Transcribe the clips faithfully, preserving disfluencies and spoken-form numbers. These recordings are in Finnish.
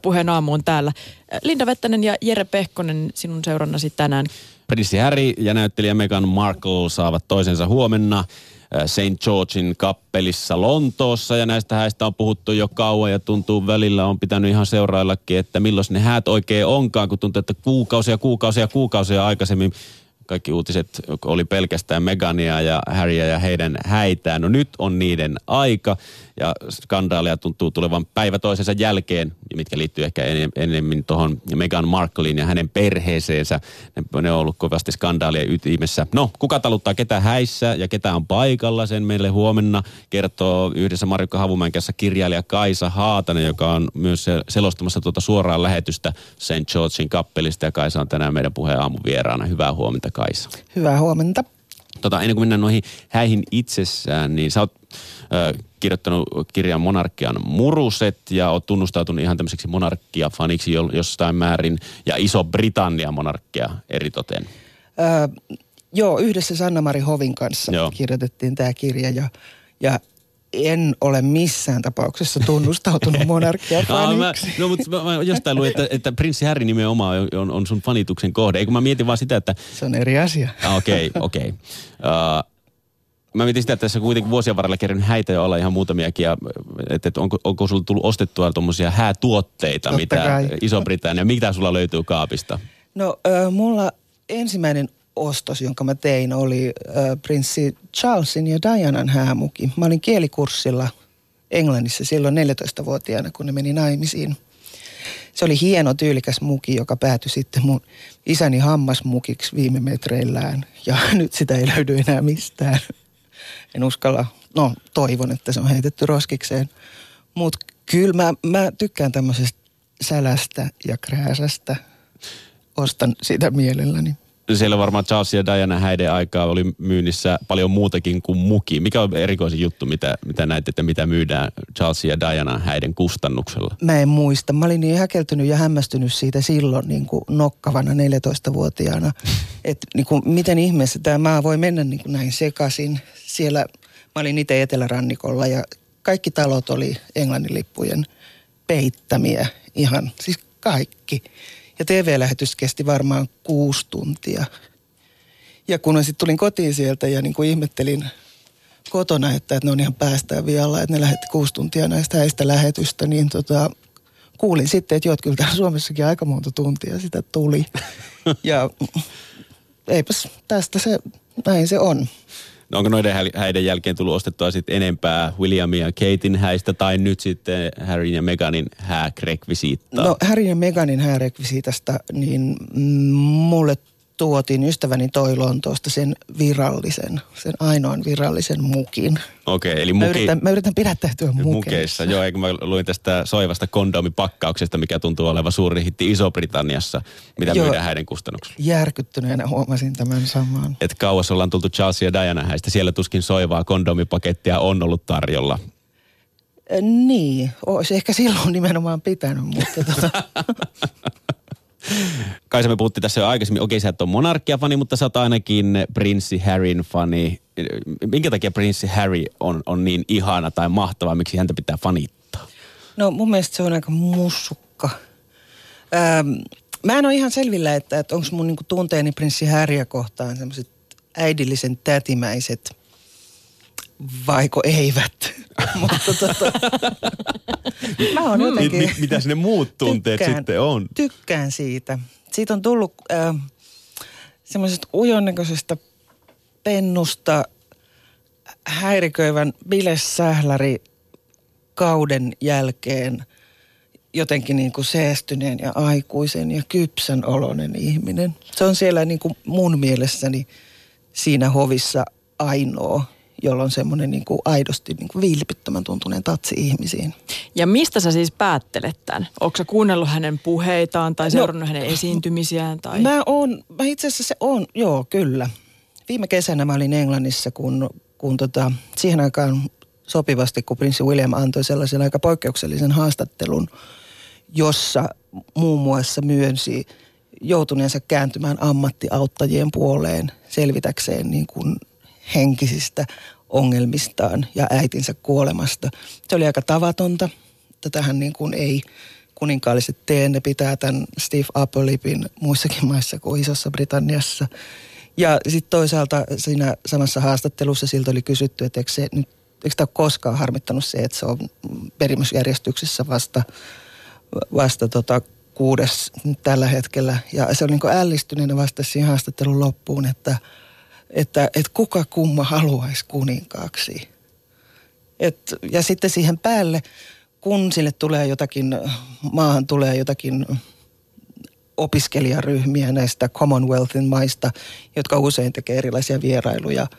Puheen aamu on täällä. Linda Vettänen ja Jere Pehkonen, sinun seurannasi tänään. Prinssi Harry ja näyttelijä Meghan Markle saavat toisensa huomenna Saint Georgein kappelissa Lontoossa. Ja näistä häistä on puhuttu jo kauan ja tuntuu välillä on pitänyt ihan seuraillakin, että milloin ne häät oikein onkaan, kun tuntuu, että kuukausia, kuukausia, kuukausia aikaisemmin kaikki uutiset oli pelkästään Meghania ja Harryä ja heidän häitään. No nyt on niiden aika ja skandaaleja tuntuu tulevan päivä toisensa jälkeen, mitkä liittyy ehkä enemmän tuohon Meghan Markleen ja hänen perheeseensä. Ne on ollut kovasti skandaalien ytimessä. No, kuka taluttaa ketä häissä ja ketä on paikalla, sen meille huomenna kertoo yhdessä Marjukka Havumäen kanssa kirjailija Kaisa Haatanen, joka on myös selostamassa tuota suoraan lähetystä Saint Georgein kappelista. Ja Kaisa on tänään meidän Puheen aamun vieraana. Hyvää huomenta, Kaisa. Hyvää huomenta. Tota, ennen kuin mennään noihin häihin itsessään, niin sä oot äh, kirjoittanut kirjan Monarkian muruset ja oot tunnustautunut ihan tämmöiseksi monarkia-faniksi jostain määrin ja Iso-Britannia monarkia eritoten. Öö, joo, yhdessä Sanna-Mari Hovin kanssa joo. kirjoitettiin tämä kirja ja, ja en ole missään tapauksessa tunnustautunut monarkia-faniksi. no, no mutta mä, mä jostain luin, että, että prinssi Harry nimenomaan on, on, on sun fanituksen kohde. Eikö mä mietin vaan sitä, että... Se on eri asia. Okei, okay, okei. Okay. Uh, mä mietin sitä, että tässä kuitenkin vuosien varrella kerran häitä jo olla ihan muutamiakin. Ja, että, että onko, onko sulla tullut ostettua tuommoisia häätuotteita, Totta mitä kai. Iso-Britannia, mitä sulla löytyy kaapista? No äh, mulla ensimmäinen ostos, jonka mä tein, oli äh, prinssi Charlesin ja Dianan häämuki. Mä olin kielikurssilla Englannissa silloin neljätoistavuotiaana, kun ne meni naimisiin. Se oli hieno, tyylikäs muki, joka päätyi sitten mun isäni hammasmukiksi viime metreillään. Ja nyt sitä ei löydy enää mistään. En uskalla, no toivon, että se on heitetty roskikseen. Mutta kyllä mä, mä tykkään tämmöisestä sälästä ja krääsästä. Ostan sitä mielelläni. Siellä varmaan Charles ja Diana häiden aikaa oli myynnissä paljon muutakin kuin muki. Mikä on erikoisin juttu, mitä, mitä näet, että mitä myydään Charles ja Diana häiden kustannuksella? Mä en muista. Mä olin niin häkeltynyt ja hämmästynyt siitä silloin niin kuin nokkavana neljätoistavuotiaana. Että niin kuin, miten ihmeessä tämä maa voi mennä niin kuin näin sekaisin. Siellä mä olin itse Etelärannikolla ja kaikki talot oli Englannin lippujen peittämiä ihan, siis kaikki. Ja T V-lähetys kesti varmaan kuusi tuntia. Ja kun mä sitten tulin kotiin sieltä ja niin kuin ihmettelin kotona, että, että ne on ihan päästään vialla, että ne lähetti kuusi tuntia näistä häistä lähetystä, niin tota, kuulin sitten, että joo, kyllä täällä Suomessakin aika monta tuntia sitä tuli. Ja eipäs tästä se, näin se on. No onko noiden häiden jälkeen tullut ostettua sitten enempää Williamin ja Katein häistä tai nyt sitten Harryn ja Meghanin häärekvisiittaa? No Harryn ja Meghanin häärekvisiitasta, niin mulle tuotiin, ystäväni toi Lontoosta sen virallisen, sen ainoan virallisen mukin. Okei, okay, eli muki... Mä yritän, mä yritän pidättäytyä mukeissa. Mukeissa, joo, eikö mä luin tästä soivasta kondomipakkauksesta, mikä tuntuu olevan suuri hitti Iso-Britanniassa, mitä joo, myydään häiden kustannuksella. Järkyttyneenä huomasin tämän saman. Et kauas ollaan tultu Charles ja Diana häistä, siellä tuskin soivaa kondomipakettia on ollut tarjolla. Äh, niin, olisi ehkä silloin nimenomaan pitänyt, mutta tota... Kaisa, me puhuttiin tässä jo aikaisemmin, okei sä et ole monarkia-fani, mutta sä oot ainakin prinssi Harryn fani. Minkä takia prinssi Harry on, on niin ihana tai mahtava, miksi häntä pitää fanittaa? No mun mielestä se on aika mussukka. Ähm, mä en ole ihan selvillä, että, että onko mun niinku tunteeni prinssi Harryä kohtaan semmoiset äidillisen tätimäiset vaiko eivät. Mutta tota, mä oon jotenkin... Mit, mitäs ne muut tunteet tykkään, sitten on? Tykkään siitä. Siitä on tullut äh, semmoisesta ujonnäköisestä pennusta häiriköivän bilesähläri kauden jälkeen jotenkin niin kuin seestyneen ja aikuisen ja kypsän oloinen ihminen. Se on siellä niin kuin mun mielessäni siinä hovissa ainoa, jolla on semmoinen niin kuin aidosti niin kuin vilpittömän tuntuneen tatsi ihmisiin. Ja mistä sä siis päättelet tämän? Ootko sä kuunnellut hänen puheitaan tai seurannut no, hänen esiintymisiään? Tai? Mä oon, mä itse asiassa se on, joo kyllä. Viime kesänä mä olin Englannissa, kun, kun tota, siihen aikaan sopivasti, kun prinssi William antoi sellaisen aika poikkeuksellisen haastattelun, jossa muun muassa myönsi joutuneensa kääntymään ammattiauttajien puoleen selvitäkseen niin kuin henkisistä ongelmistaan ja äitinsä kuolemasta. Se oli aika tavatonta. Tätähän niin kuin ei kuninkaalliset teet, ne pitää tämän Steve Applelipin muissakin maissa kuin Isossa Britanniassa. Ja sitten toisaalta siinä samassa haastattelussa siltä oli kysytty, että eikö, se, nyt, eikö tämä ole koskaan harmittanut se, että se on perimysjärjestyksessä vasta, vasta tota kuudes tällä hetkellä. Ja se oli niin kuin ällistyneenä vasta siihen haastattelun loppuun, että, että, että kuka kumma haluaisi kuninkaaksi. Et, ja sitten siihen päälle, kun sille tulee jotakin, maahan tulee jotakin opiskelijaryhmiä näistä Commonwealthin maista, jotka usein tekee erilaisia vierailuja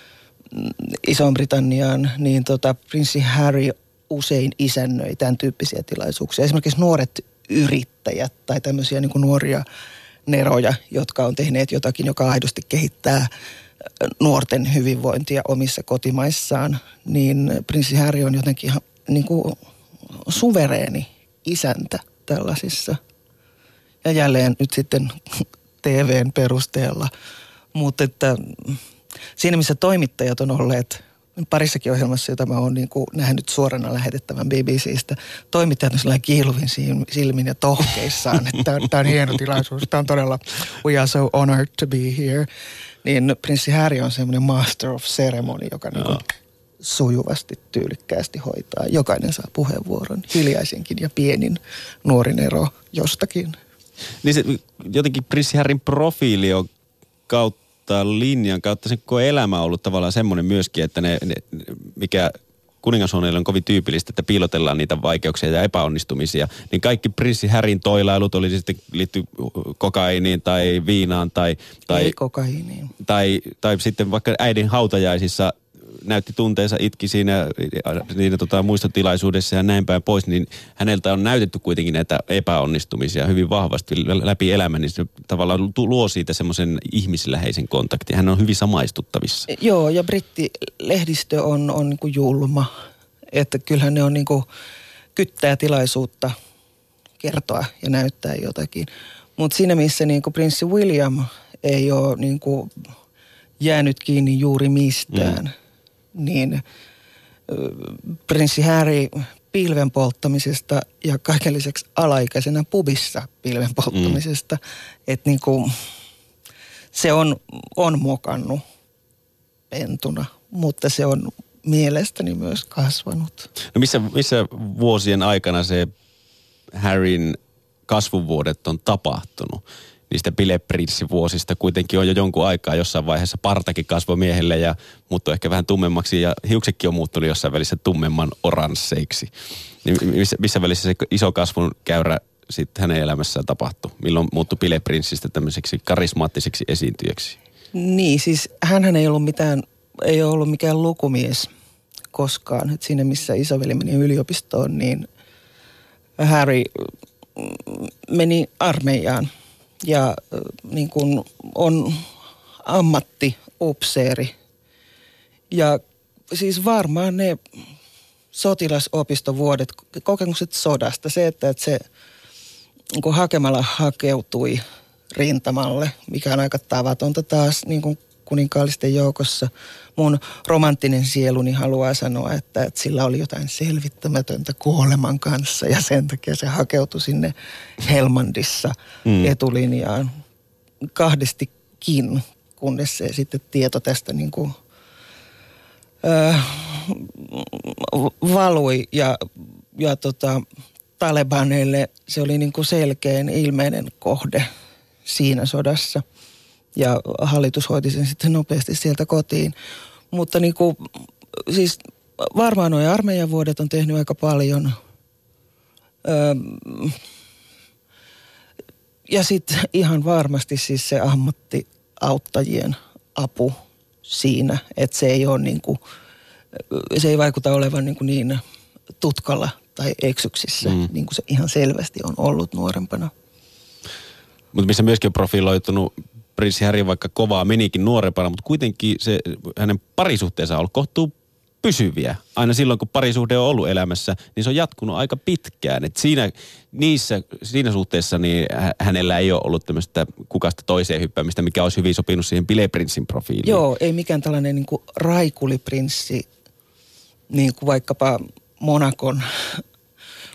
Iso-Britanniaan, niin tota, prinssi Harry usein isännöi tämän tyyppisiä tilaisuuksia. Esimerkiksi nuoret yrittäjät tai tämmöisiä niin kuin nuoria neroja, jotka on tehneet jotakin, joka aidosti kehittää nuorten hyvinvointia omissa kotimaissaan, niin prinssi Harry on jotenkin niin kuin suvereeni isäntä tällaisissa. Ja jälleen nyt sitten T V:n perusteella. Mutta että siinä missä toimittajat on olleet parissakin ohjelmassa, jota mä oon niin kuin nähnyt suorana lähetettävän B B C:stä, toimittajat on sellainen kiiluvin silmin ja tohkeissaan, että tämä on hieno tilaisuus. Tämä on todella, we are so honored to be here. Niin prinssi Harry on semmoinen master of ceremony, joka no. niin kuin sujuvasti, tyylikkäästi hoitaa. Jokainen saa puheenvuoron, hiljaisinkin ja pienin nuorin ero jostakin. Niin se jotenkin prinssi Harryn profiili on kautta linjan, kautta sen koko elämä on ollut tavallaan semmoinen myöskin, että ne, ne mikä kuningashuoneille on kovin tyypillistä, että piilotellaan niitä vaikeuksia ja epäonnistumisia. Niin kaikki prinssi Harryn toilailut oli sitten liitty kokaiiniin tai viinaan tai... tai Ei kokaiiniin. Tai, tai sitten vaikka äidin hautajaisissa näytti tunteensa, itki siinä, siinä tota, muistotilaisuudessa ja näin päin pois, niin häneltä on näytetty kuitenkin näitä epäonnistumisia hyvin vahvasti läpi elämän, niin se tavallaan luo siitä semmoisen ihmisläheisen kontaktin. Hän on hyvin samaistuttavissa. Joo, ja brittilehdistö on, on niin kuin julma, että kyllähän ne on niin kuin kyttää tilaisuutta kertoa ja näyttää jotakin. Mutta siinä missä niin kuin prinssi William ei ole niin kuin jäänyt kiinni juuri mistään, mm. niin prinssi Harry pilven polttamisesta ja kaiken lisäksi alaikäisenä pubissa pilven polttamisesta, mm. että niinku se on, on mokannut pentuna, mutta se on mielestäni myös kasvanut. No missä, missä vuosien aikana se Harryn kasvuvuodet on tapahtunut? Niistä bileprinssivuosista kuitenkin on jo jonkun aikaa jossain vaiheessa partakin kasvoi miehelle ja muuttui ehkä vähän tummemmaksi ja hiuksetkin on muuttunut jossain välissä tummemman oransseiksi. Niin missä, missä välissä se iso kasvun käyrä sitten hänen elämässään tapahtui? Milloin muuttui bileprinssistä tämmöiseksi karismaattiseksi esiintyjäksi? Niin, siis hänhän ei ollut mitään, ei ole ollut mikään lukumies koskaan. Et siinä missä isoveli meni yliopistoon, niin Harry meni armeijaan. Ja niin kuin on ammattiupseeri. Ja siis varmaan ne sotilasopistovuodet, kokemukset sodasta, se, että, että se niin kuin hakemalla hakeutui rintamalle, mikä on aika tavatonta taas niin kuin kuninkaallisten joukossa. Mun romanttinen sieluni haluaa sanoa, että, että sillä oli jotain selvittämätöntä kuoleman kanssa ja sen takia se hakeutui sinne Helmandissa mm. etulinjaan kahdestikin, kunnes se sitten tieto tästä niin kuin, äh, valui ja, ja tota, Talebaneille se oli niin kuin selkeän ilmeinen kohde siinä sodassa. Ja hallitus hoiti sen sitten nopeasti sieltä kotiin. Mutta niin kuin, siis varmaan nuo armeijavuodet on tehnyt aika paljon. Öö, ja sitten ihan varmasti siis se ammattiauttajien apu siinä, että se ei ole niin kuin, se ei vaikuta olevan niin, kuin niin tutkalla tai eksyksissä, mm. niin kuin se ihan selvästi on ollut nuorempana. Mutta missä myöskin on profiloitunut prinssi Harry, vaikka kovaa menikin nuorempana, mutta kuitenkin se hänen parisuhteensa on ollut kohtuu pysyviä. Aina silloin, kun parisuhde on ollut elämässä, niin se on jatkunut aika pitkään. Et siinä, niissä, siinä suhteessa niin hänellä ei ole ollut tämmöistä kukasta toiseen hyppäämistä, mikä olisi hyvin sopinut siihen bileprinssin profiiliin. Joo, ei mikään tällainen niin kuin raikuliprinssi, niin kuin vaikkapa Monakon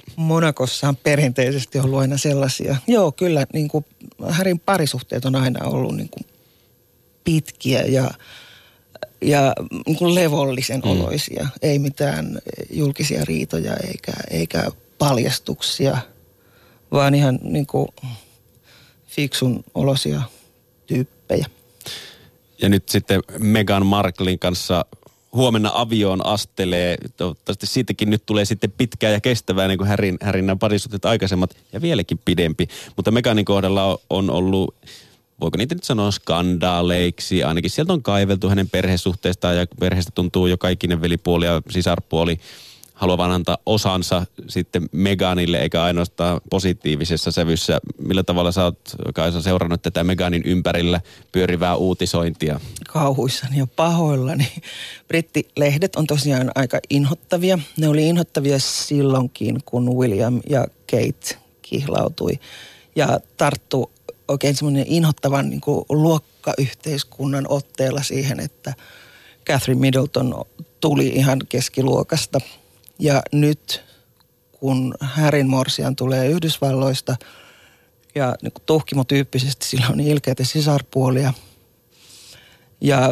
Monacossa on perinteisesti ollut aina sellaisia. Joo, kyllä niin kuin Harryn parisuhteet on aina ollut niin kuin pitkiä ja, ja niin kuin levollisen mm. oloisia. Ei mitään julkisia riitoja eikä, eikä paljastuksia, vaan ihan niin kuin fiksun olosia tyyppejä. Ja nyt sitten Meghan Marklin kanssa huomenna avioon astelee. Toivottavasti siitäkin nyt tulee sitten pitkää ja kestävää, niin kuin Harryn, Harryn nämä parisuhteet aikaisemmat ja vieläkin pidempi. Mutta Meghanin kohdalla on ollut, voiko niitä nyt sanoa skandaaleiksi, ainakin sieltä on kaiveltu hänen perhesuhteestaan ja perheestä tuntuu jo kaikinen velipuoli ja sisarpuoli haluavan antaa osansa sitten Meghanille, eikä ainoastaan positiivisessa sävyssä. Millä tavalla sä oot, Kaisa, seurannut tätä Meghanin ympärillä pyörivää uutisointia? Kauhuissani ja pahoillani. Brittilehdet on tosiaan aika inhottavia. Ne oli inhottavia silloinkin, kun William ja Kate kihlautui. Ja tarttu oikein semmoinen inhottavan niin kuin luokkayhteiskunnan otteella siihen, että Catherine Middleton tuli ihan keskiluokasta. Ja nyt, kun Harryn morsian tulee Yhdysvalloista ja niin kuin tuhkimotyyppisesti sillä on ilkeitä sisarpuolia. Ja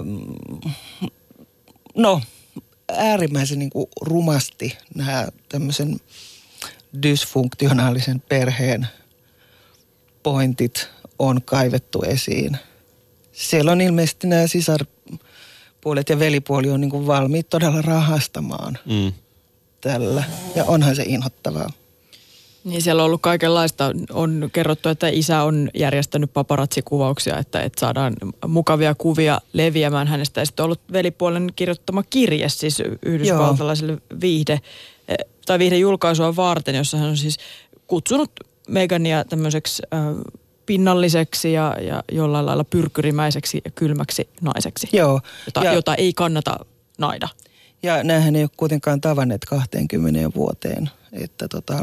no, äärimmäisen niin kuin rumasti nämä tämmöisen dysfunktionaalisen perheen pointit on kaivettu esiin. Siellä on ilmeisesti nämä sisarpuolet ja velipuoli on niin kuin valmiit todella rahastamaan. Mm. Tällä. Ja onhan se inhottavaa. Niin siellä on ollut kaikenlaista. On kerrottu, että isä on järjestänyt paparatsikuvauksia, että, että saadaan mukavia kuvia leviämään hänestä. Ja sitten on ollut velipuolen kirjoittama kirje siis yhdysvaltalaiselle viihde, tai viihdejulkaisua varten, jossa hän on siis kutsunut Meghania tämmöiseksi äh, pinnalliseksi ja, ja jollain lailla pyrkyrimäiseksi ja kylmäksi naiseksi, Joo. Jota, ja... jota ei kannata naida. Ja näähän ei ole kuitenkaan tavanneet kahteenkymmeneen vuoteen, että tota...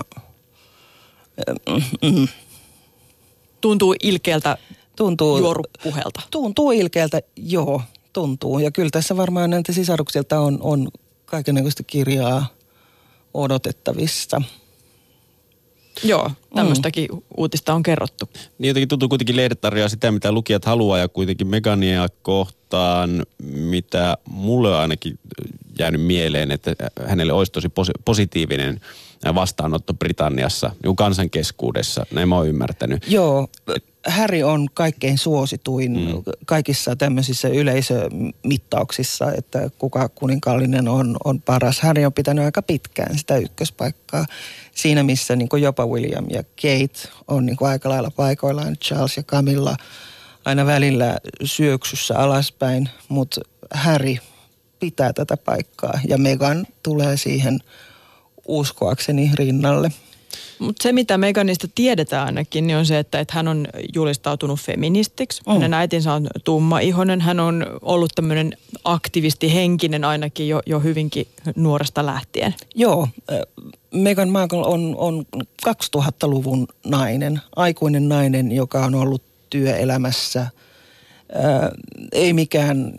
Mm, tuntuu ilkeältä tuntuu, juorupuhelta. Tuntuu ilkeältä, joo, tuntuu. Ja kyllä tässä varmaan näitä sisaruksilta on, on kaikennäköistä kirjaa odotettavissa. Joo, tämmöistäkin mm. uutista on kerrottu. Niin jotenkin tuntuu kuitenkin lehdet tarjoaa sitä, mitä lukijat haluaa ja kuitenkin Meghania kohtaan, mitä mulle on ainakin jäänyt mieleen, että hänelle olisi tosi positiivinen vastaanotto Britanniassa, niin kansan keskuudessa, näin mä oon ymmärtänyt. Joo, Harry on kaikkein suosituin mm. kaikissa tämmöisissä yleisömittauksissa, että kuka kuninkaallinen on, on paras. Harry on pitänyt aika pitkään sitä ykköspaikkaa. Siinä missä niin kuin jopa William ja Kate on niin kuin aika lailla paikoillaan, Charles ja Camilla aina välillä syöksyssä alaspäin, mutta Harry pitää tätä paikkaa ja Meghan tulee siihen uskoakseni rinnalle. Mutta se, mitä Meghanista tiedetään ainakin, niin on se, että, että hän on julistautunut feministiksi. Mm. Hänen äitinsä on tummaihoinen. Hän on ollut tämmöinen aktivistihenkinen ainakin jo, jo hyvinkin nuoresta lähtien. Joo. Meghan Markle on, on kaksituhattaluvun nainen, aikuinen nainen, joka on ollut työelämässä. Ää, ei mikään,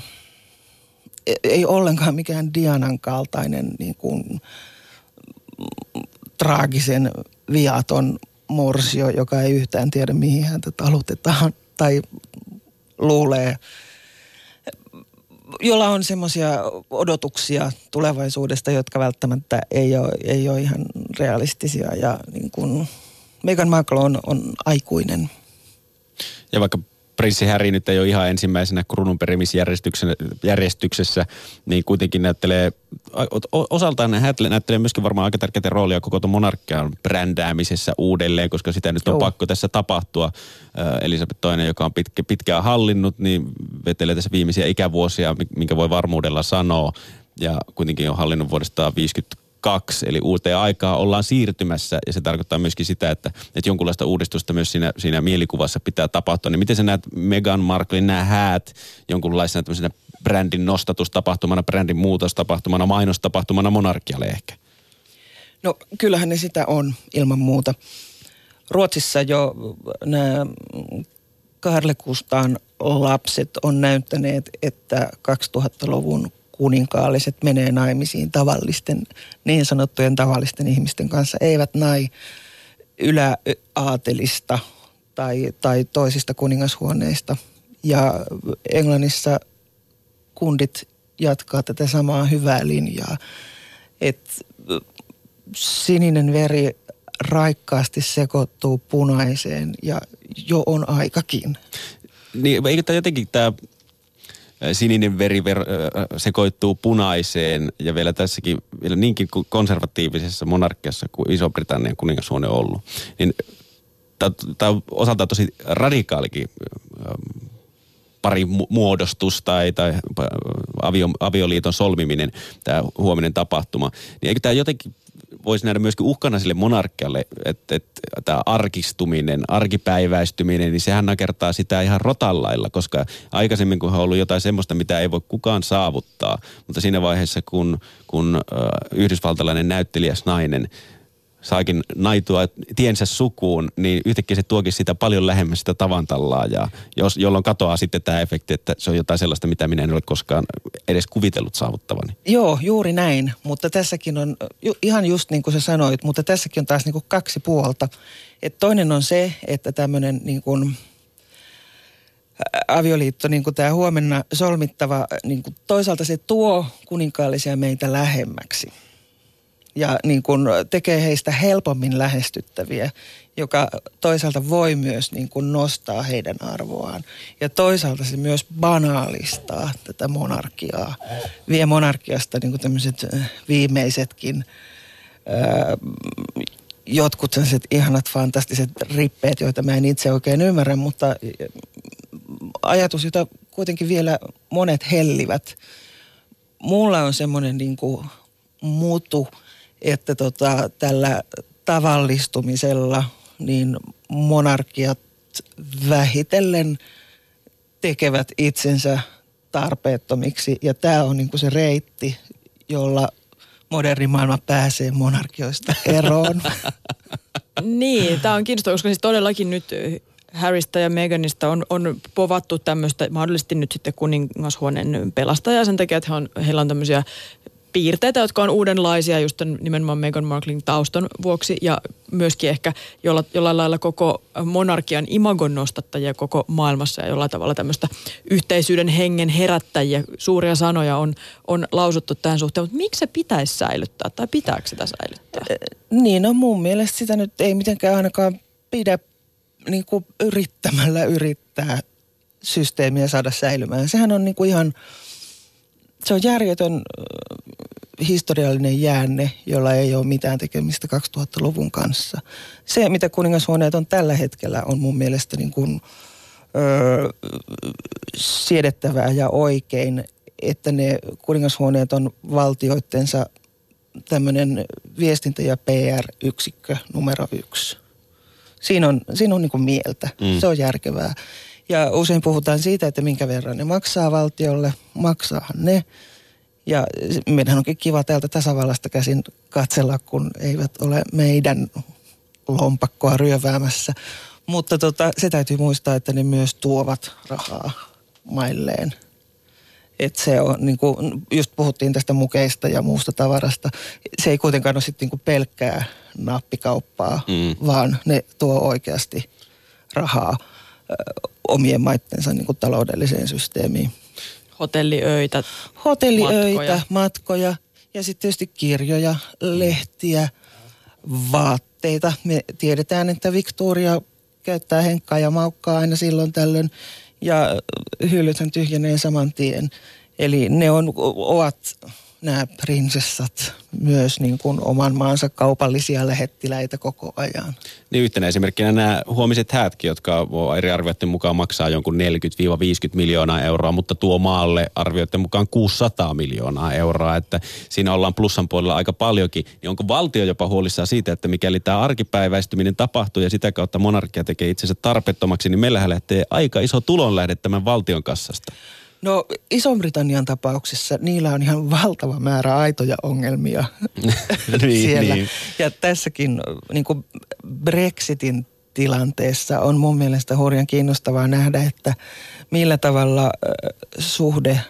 ei ollenkaan mikään Dianan kaltainen niin kuin traagisen viaton morsio, joka ei yhtään tiedä, mihin häntä talutetaan tai luulee, jolla on semmoisia odotuksia tulevaisuudesta, jotka välttämättä ei ole, ei ole ihan realistisia. Ja niin kuin Meghan Markle on, on aikuinen. Ja vaikka prinssi Harry nyt ei ole ihan ensimmäisenä kruununperimisjärjestyksessä, niin kuitenkin näyttelee, osaltaan hän näyttelee myöskin varmaan aika tärkeää roolia koko tuon monarkian brändäämisessä uudelleen, koska sitä nyt on Joo. pakko tässä tapahtua. Elisabeth toinen, joka on pitkä, pitkään hallinnut, niin vetelee tässä viimeisiä ikävuosia, minkä voi varmuudella sanoa, ja kuitenkin on hallinnut vuodesta viisikymmentäkaksi, eli uuteen aikaa ollaan siirtymässä, ja se tarkoittaa myöskin sitä, että, että jonkunlaista uudistusta myös siinä, siinä mielikuvassa pitää tapahtua. Niin miten sä näet Meghan Marklen nämä häät jonkunlaisena tämmöisenä brändin nostatustapahtumana, brändin muutostapahtumana, mainostapahtumana monarkialle ehkä? No kyllähän ne sitä on ilman muuta. Ruotsissa jo nämä Karle Kustaan lapset on näyttäneet, että kaksituhattaluvun kuninkaalliset menee naimisiin tavallisten, niin sanottujen tavallisten ihmisten kanssa, eivät nai yläaatelista tai, tai toisista kuningashuoneista. Ja Englannissa kundit jatkaa tätä samaa hyvää linjaa, että sininen veri raikkaasti sekoittuu punaiseen ja jo on aikakin. Niin, eikö tämä jotenkin tämä sininen veri ver, sekoittuu punaiseen ja vielä tässäkin vielä niinkin konservatiivisessa monarkiassa kuin Iso-Britannian kuningashuone on ollut, niin tämä on osaltaan tosi radikaalikin pari muodostus tai, tai avio, avioliiton solmiminen, tämä huominen tapahtuma. Niin eikö tämä jotenkin voisi nähdä myöskin uhkana sille monarkialle, että, että tämä arkistuminen, arkipäiväistyminen, niin sehän nakertaa sitä ihan rotanlailla, koska aikaisemmin kun on ollut jotain semmoista, mitä ei voi kukaan saavuttaa, mutta siinä vaiheessa kun, kun yhdysvaltalainen näyttelijäs nainen saakin naitua tiensä sukuun, niin yhtäkkiä se tuokin sitä paljon lähemmäs sitä tavantallaa, ja jos, jolloin katoaa sitten tämä efekti, että se on jotain sellaista, mitä minä en ole koskaan edes kuvitellut saavuttavani. Joo, juuri näin, mutta tässäkin on ju, ihan just niin kuin sä sanoit, mutta tässäkin on taas niin kuin kaksi puolta. Et toinen on se, että tämmöinen niin kuin avioliitto, niin kuin tämä huomenna solmittava, niin kuin toisaalta se tuo kuninkaallisia meitä lähemmäksi. Ja niin kuin tekee heistä helpommin lähestyttäviä, joka toisaalta voi myös niin kuin nostaa heidän arvoaan. Ja toisaalta se myös banaalistaa tätä monarkiaa. Vie monarkiasta niin kuin tämmöiset viimeisetkin, ää, jotkut sellaiset ihanat fantastiset rippeet, joita mä en itse oikein ymmärrä, mutta ajatus, jota kuitenkin vielä monet hellivät. Mulla on semmoinen niin kuin mutu, että tota, tällä tavallistumisella niin monarkiat vähitellen tekevät itsensä tarpeettomiksi. Ja tämä on niinku se reitti, jolla moderni maailma pääsee monarkioista eroon. Niin, tämä on kiinnostavaa, koska siis todellakin nyt Harrystä ja Meghanista on, on povattu tämmöistä mahdollisesti nyt sitten kuningashuoneen pelastajaa sen takia, että he on, heillä on tämmöisiä piirteitä, jotka on uudenlaisia just nimenomaan Meghan Marklin taustan vuoksi ja myöskin ehkä jolla, jollain lailla koko monarkian imagon nostattajia koko maailmassa ja jollain tavalla tämmöistä yhteisyyden hengen herättäjiä. Suuria sanoja on, on lausuttu tähän suhteen, mutta miksi se pitäisi säilyttää tai pitääkö sitä säilyttää? Niin, no mun mielestä sitä nyt ei mitenkään ainakaan pidä niin kuin yrittämällä yrittää systeemiä saada säilymään. Sehän on niin kuin ihan... Se on järjetön historiallinen jäänne, jolla ei ole mitään tekemistä kaksituhattaluvun kanssa. Se, mitä kuningashuoneet on tällä hetkellä, on mun mielestä niin kuin, öö, siedettävää ja oikein, että ne kuningashuoneet on valtioittensa tämmöinen viestintä- ja P R-yksikkö numero yksi. Siinä on, siinä on niin kuin mieltä. Mm. Se on järkevää. Ja usein puhutaan siitä, että minkä verran ne maksaa valtiolle. Maksaahan ne. Ja meidän onkin kiva täältä tasavallasta käsin katsella, kun eivät ole meidän lompakkoa ryöväämässä. Mutta tota, se täytyy muistaa, että ne myös tuovat rahaa mailleen. Että se on, niin kuin just puhuttiin tästä mukeista ja muusta tavarasta. Se ei kuitenkaan ole sitten niin kuin pelkkää nappikauppaa, mm. vaan ne tuo oikeasti rahaa omien maittensa niin kuin taloudelliseen systeemiin. Hotelliöitä, Hotelliöitä, matkoja. matkoja ja sitten tietysti kirjoja, lehtiä, vaatteita. Me tiedetään, että Victoria käyttää henkkaa ja maukkaa aina silloin tällöin ja hyllythän tyhjenee saman tien. Eli ne on, ovat nämä prinsessat myös niin kuin oman maansa kaupallisia lähettiläitä koko ajan. Niin yhtenä esimerkkinä nämä huomiset häätkin, jotka eri arvioiden mukaan maksaa jonkun neljäkymmentä viisikymmentä miljoonaa euroa, mutta tuo maalle arvioiden mukaan kuusisataa miljoonaa euroa, että siinä ollaan plussan puolella aika paljonkin. Niin onko valtio jopa huolissaan siitä, että mikäli tämä arkipäiväistyminen tapahtuu ja sitä kautta monarkia tekee itsensä tarpeettomaksi, niin meillähän lähtee aika iso tulonlähde tämän valtion kassasta? No Iso-Britannian tapauksessa niillä on ihan valtava määrä aitoja ongelmia niin, siellä. Niin. Ja tässäkin niin kuin Brexitin tilanteessa on mun mielestä hurjan kiinnostavaa nähdä, että millä tavalla suhde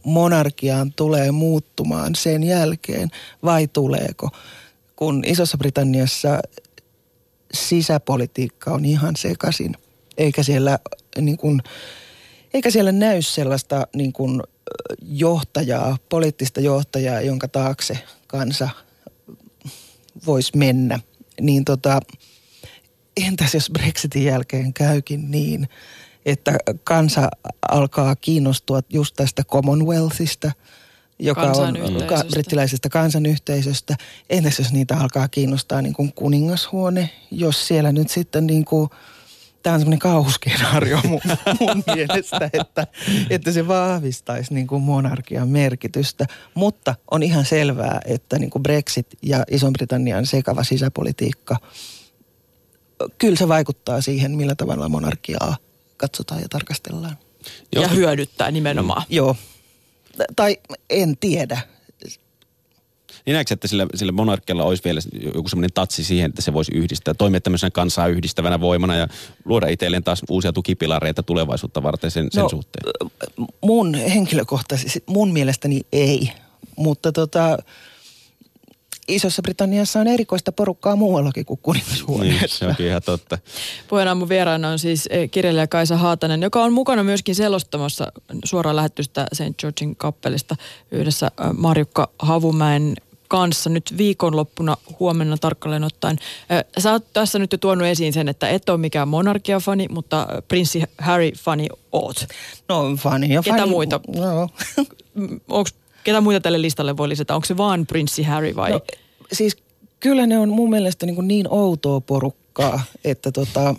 monarkiaan tulee muuttumaan sen jälkeen vai tuleeko? Kun Isossa Britanniassa sisäpolitiikka on ihan sekaisin, eikä siellä, niin kuin, eikä siellä näy sellaista niin kuin johtajaa, poliittista johtajaa, jonka taakse kansa voisi mennä. Niin tota, entäs jos Brexitin jälkeen käykin niin, että kansa alkaa kiinnostua just tästä Commonwealthista, joka on ka- brittiläisestä kansanyhteisöstä. Entäs jos niitä alkaa kiinnostaa niin kuin kuningashuone, jos siellä nyt sitten niin kuin, tämä on semmoinen kauhuskenaario mun, mun mielestä, että, että se vahvistaisi niin kuin monarkian merkitystä. Mutta on ihan selvää, että niin kuin Brexit ja Ison-Britannian sekava sisäpolitiikka, kyllä se vaikuttaa siihen, millä tavalla monarkiaa katsotaan ja tarkastellaan. Ja hyödyttää nimenomaan. Mm. Joo. Tai en tiedä. Niin näetkö, että sillä, sillä monarkialla olisi vielä joku semmoinen tatsi siihen, että se voisi yhdistää, toimia tämmöisenä kansaa yhdistävänä voimana ja luoda itselleen taas uusia tukipilareita tulevaisuutta varten sen, sen no, suhteen? Mun henkilökohtaisesti, mun mielestäni ei, mutta tota, Isossa Britanniassa on erikoista porukkaa muuallakin kuin kuningashuoneessa. Niin, se onkin ihan totta. Puheen aamun vieraana on siis kirjailija Kaisa Haatanen, joka on mukana myöskin selostamassa suoraan lähetystä Saint Georgein kappelista yhdessä Marjukka Havumäen kanssa nyt viikonloppuna huomenna tarkalleen ottaen. Sä oot tässä nyt jo tuonut esiin sen, että et ole mikään monarkia-fani, mutta prinssi Harry-fani oot. No fani ja Ketä fani. muita? No. Onks, ketä muita tälle listalle voi lisätä? Onko se vaan prinssi Harry vai? No, siis kyllä ne on mun mielestä niin, niin outoa porukkaa, että tota,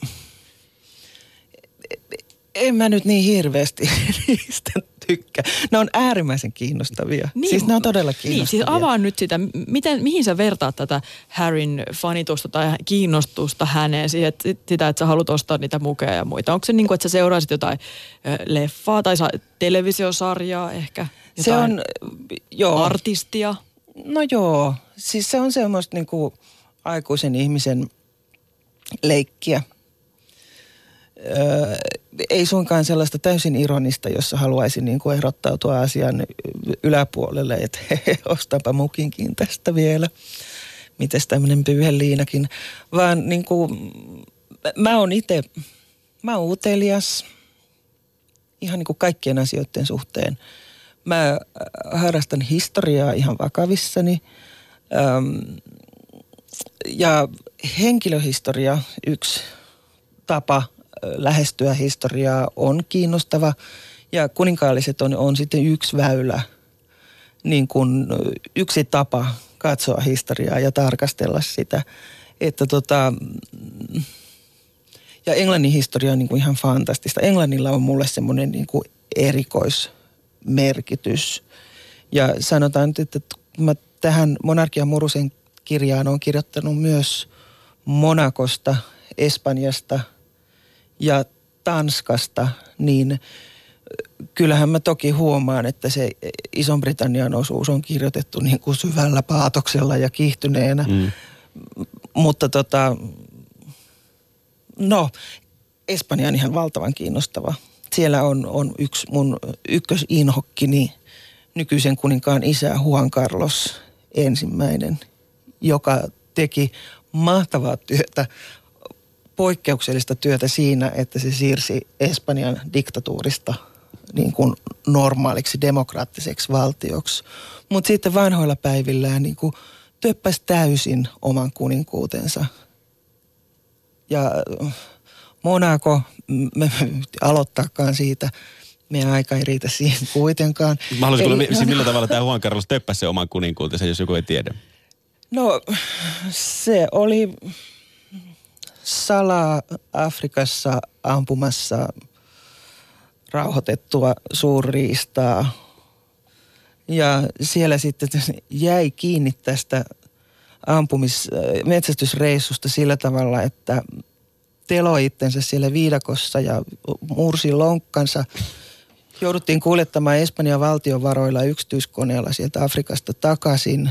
en mä nyt niin hirveästi niistä tykkää. Ne on äärimmäisen kiinnostavia. Niin, siis ne on todella kiinnostavia. Niin, siis avaa nyt sitä, miten, mihin sä vertaat tätä Harryn fanitusta tai kiinnostusta häneen, siihen, sitä, että sä haluat ostaa niitä mukeja ja muita. Onko se niin kuin, että sä seuraisit jotain leffaa tai televisiosarjaa ehkä? Se on, joo. Artistia? No joo, siis se on semmoista niin kuin aikuisen ihmisen leikkiä. Öö, ei suinkaan sellaista täysin ironista, jossa haluaisin niin kuin erottautua asian yläpuolelle, että ostanpa mukinkin tästä vielä. Mites tämmöinen pyyheliinakin. Vaan niin kuin, mä oon itse, mä oon utelias ihan niin kuin kaikkien asioiden suhteen. Mä harrastan historiaa ihan vakavissani. Öm, ja henkilöhistoria, yksi tapa lähestyä historiaa on kiinnostava. Ja kuninkaalliset on, on sitten yksi väylä, niin kuin yksi tapa katsoa historiaa ja tarkastella sitä. Että tota, ja Englannin historia on niin kuin ihan fantastista. Englannilla on mulle semmoinen niin kuin erikoismerkitys. Ja sanotaan nyt, että mä tähän Monarkia Murusen kirjaan olen kirjoittanut myös Monakosta, Espanjasta ja Tanskasta, niin kyllähän mä toki huomaan, että se Ison-Britannian osuus on kirjoitettu niin kuin syvällä paatoksella ja kiihtyneenä. Mm. Mutta tota, no, Espanja on ihan valtavan kiinnostava. Siellä on, on yksi mun ykkösinhokkini, nykyisen kuninkaan isä Juan Carlos ensimmäinen, joka teki mahtavaa työtä, poikkeuksellista työtä siinä, että se siirsi Espanjan diktatuurista niin kuin normaaliksi demokraattiseksi valtioksi. Mutta sitten vanhoilla päivillään niin kuin töppäsi täysin oman kuninkuutensa. Ja Monaco, me aloittaakaan siitä, meidän aika ei riitä siihen kuitenkaan. Mä haluaisin kuulla, no, millä tavalla tämä Juan Carlos töppäsi se oman kuninkuutensa, jos joku ei tiedä. No, se oli salaa Afrikassa ampumassa rauhoitettua suurriistaa. Ja siellä sitten jäi kiinni tästä ampumis- metsästysreissusta sillä tavalla, että teloi itsensä siellä viidakossa ja mursi lonkkansa. Jouduttiin kuljettamaan Espanjan valtionvaroilla yksityiskoneella sieltä Afrikasta takaisin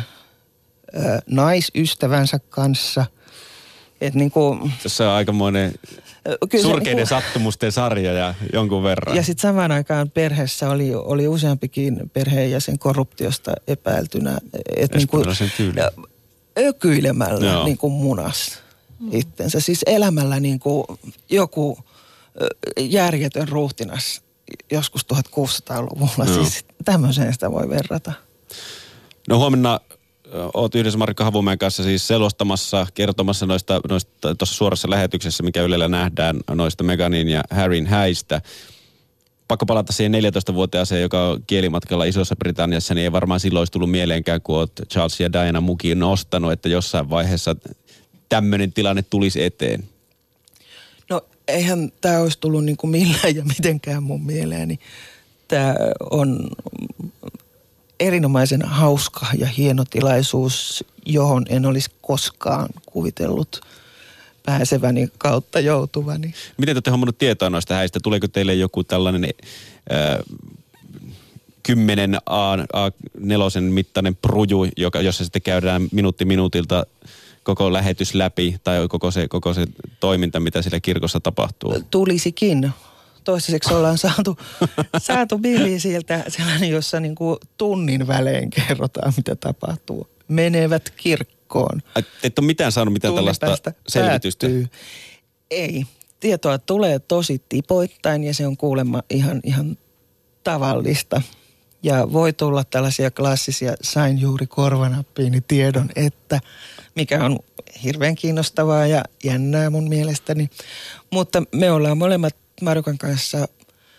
ö, naisystävänsä kanssa. Et niin kuin, tässä on aikamoinen Kyllä surkeiden se, sattumusten sarja ja jonkun verran. Ja sitten samaan aikaan perheessä oli, oli useampikin perheenjäsen korruptiosta epäiltynä. Että niin kuin, ökyilemällä niin kuin munas itsensä. Siis elämällä niin kuin joku järjetön ruhtinas joskus tuhatkuusisataaluvulla. No. Siis tämmöiseen sitä voi verrata. No huomenna oot yhdessä Marikka Havumäen kanssa siis selostamassa, kertomassa noista, noista tuossa suorassa lähetyksessä, mikä Ylellä nähdään, noista Meghanin ja Harryn häistä. Pakko palata siihen neljätoistavuotiaaseen, joka on kielimatkalla Isossa Britanniassa, niin ei varmaan silloin olisi tullut mieleenkään, kun oot Charles ja Diana mukiin nostanut, että jossain vaiheessa tämmöinen tilanne tulisi eteen. No eihän tämä olisi tullut niin kuin millään ja mitenkään mun mieleeni. Tämä on erinomaisen hauska ja hieno tilaisuus, johon en olisi koskaan kuvitellut pääseväni kautta joutuvani. Miten te olette hommannut tietoa noista häistä? Tuleeko teille joku tällainen äh, kymmenen A neljä mittainen pruju, joka, jossa sitten käydään minuutti minuutilta koko lähetys läpi tai koko se, koko se toiminta, mitä siellä kirkossa tapahtuu? Tulisikin. Toistaiseksi ollaan saatu, saatu B B C:ltä sellainen, jossa niin kuin tunnin välein kerrotaan, mitä tapahtuu. Menevät kirkkoon. Et ole mitään saanut mitään tällaista selvitystä? Päättyy. Ei. Tietoa tulee tosi tipoittain ja se on kuulemma ihan, ihan tavallista. Ja voi tulla tällaisia klassisia sain juuri korvanappiini tiedon, että mikä on hirveän kiinnostavaa ja jännää mun mielestäni. Mutta me ollaan molemmat Marikan kanssa ö,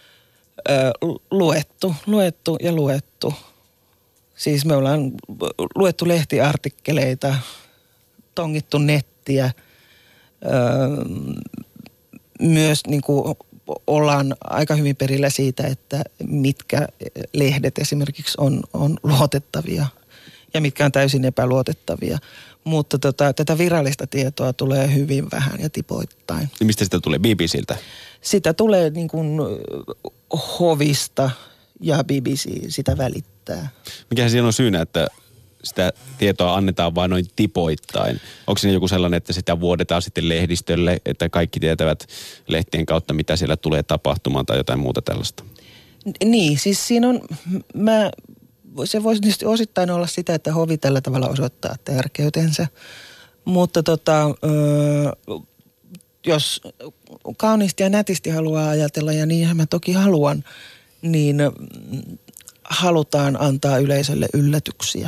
luettu, luettu ja luettu. Siis me ollaan luettu lehtiartikkeleita, tongittu nettiä. Ö, myös niin kuin ollaan aika hyvin perillä siitä, että mitkä lehdet esimerkiksi on, on luotettavia ja mitkä on täysin epäluotettavia. Mutta tota, tätä virallista tietoa tulee hyvin vähän ja tipoittain. Ja mistä sitä tulee? B B C:ltä? Sitä tulee niin kuin hovista ja B B C sitä välittää. Mikähän siinä on syynä, että sitä tietoa annetaan vain noin tipoittain? Onko siinä joku sellainen, että sitä vuodetaan sitten lehdistölle, että kaikki tietävät lehtien kautta, mitä siellä tulee tapahtumaan tai jotain muuta tällaista? Niin, siis siinä on, mä, se voisi tietysti osittain olla sitä, että hovi tällä tavalla osoittaa tärkeytensä, mutta tota, öö, jos kauniisti ja nätisti haluaa ajatella, ja niinhän mä toki haluan, niin halutaan antaa yleisölle yllätyksiä.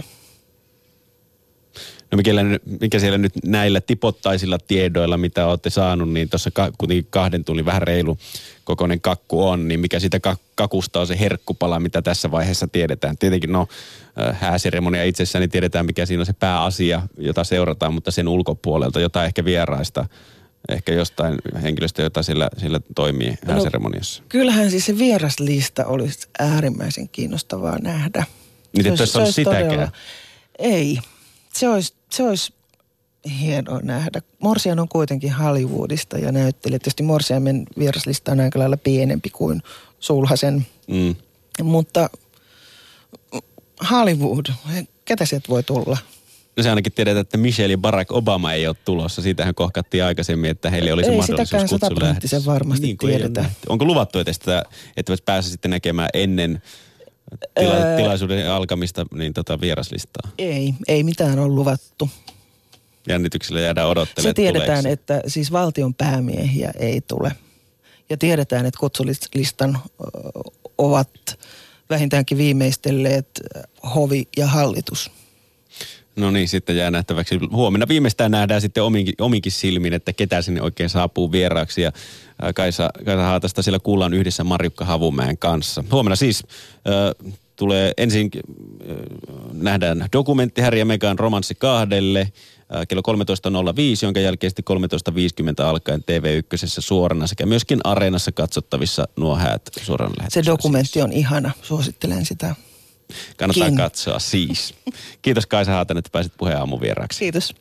No mikä, mikä siellä nyt näillä tipottaisilla tiedoilla, mitä olette saanut, niin tuossa kuitenkin kahden tunnin vähän reilu kokoinen kakku on, niin mikä siitä kakusta on se herkkupala, mitä tässä vaiheessa tiedetään. Tietenkin no hääseremonia itsessään, niin tiedetään mikä siinä on se pääasia, jota seurataan, mutta sen ulkopuolelta jotain ehkä vieraista, ehkä jostain henkilöstä, jota siellä, siellä toimii hääseremoniassa. No, kyllähän siis se vieraslista olisi äärimmäisen kiinnostavaa nähdä. Niin että olisi ollut sitäkään? Todella, ei. Se olisi, se olisi hienoa nähdä. Morsian on kuitenkin Hollywoodista ja näyttelijä. Tietysti Morsiamen vieraslista on aika lailla pienempi kuin Sulhasen. Mm. Mutta Hollywood, ketä sieltä voi tulla? No se ainakin tiedetään, että Michelle ja Barack Obama ei ole tulossa. Siitähän kohkattiin aikaisemmin, että heille olisi ei mahdollisuus kutsulla. Ei sitäkään sataprosenttisen varmasti niin, tiedetään. Onko luvattu, että, sitä, että pääsee sitten näkemään ennen tila, öö, tilaisuuden alkamista niin tota vieraslistaa? Ei, ei mitään ole luvattu. Jännityksellä jäädään odottelemaan. Se tiedetään, tuleeksi. Että siis valtion päämiehiä ei tule. Ja tiedetään, että kutsulistan ovat vähintäänkin viimeistelleet hovi ja hallitus. No niin, sitten jää nähtäväksi. Huomenna viimeistään nähdään sitten ominkin, ominkin silmin, että ketä sinne oikein saapuu vieraaksi. Ja Kaisa, Kaisa Haatasta siellä kuullaan yhdessä Marjukka Havumäen kanssa. Huomenna siis äh, tulee ensin, äh, nähdään dokumentti Harry ja Meghan romanssi kahdelle äh, kello kolmetoista nolla viisi, jonka jälkeen sitten kolmetoista viisikymmentä alkaen T V yksi suorana sekä myöskin Areenassa katsottavissa nuo häät suorana lähetyksessä. Se dokumentti on ihana, suosittelen sitä. Kannattaa King. katsoa siis. Kiitos Kaisa Haatanen, että pääsit Puheen aamun vieraaksi. Kiitos.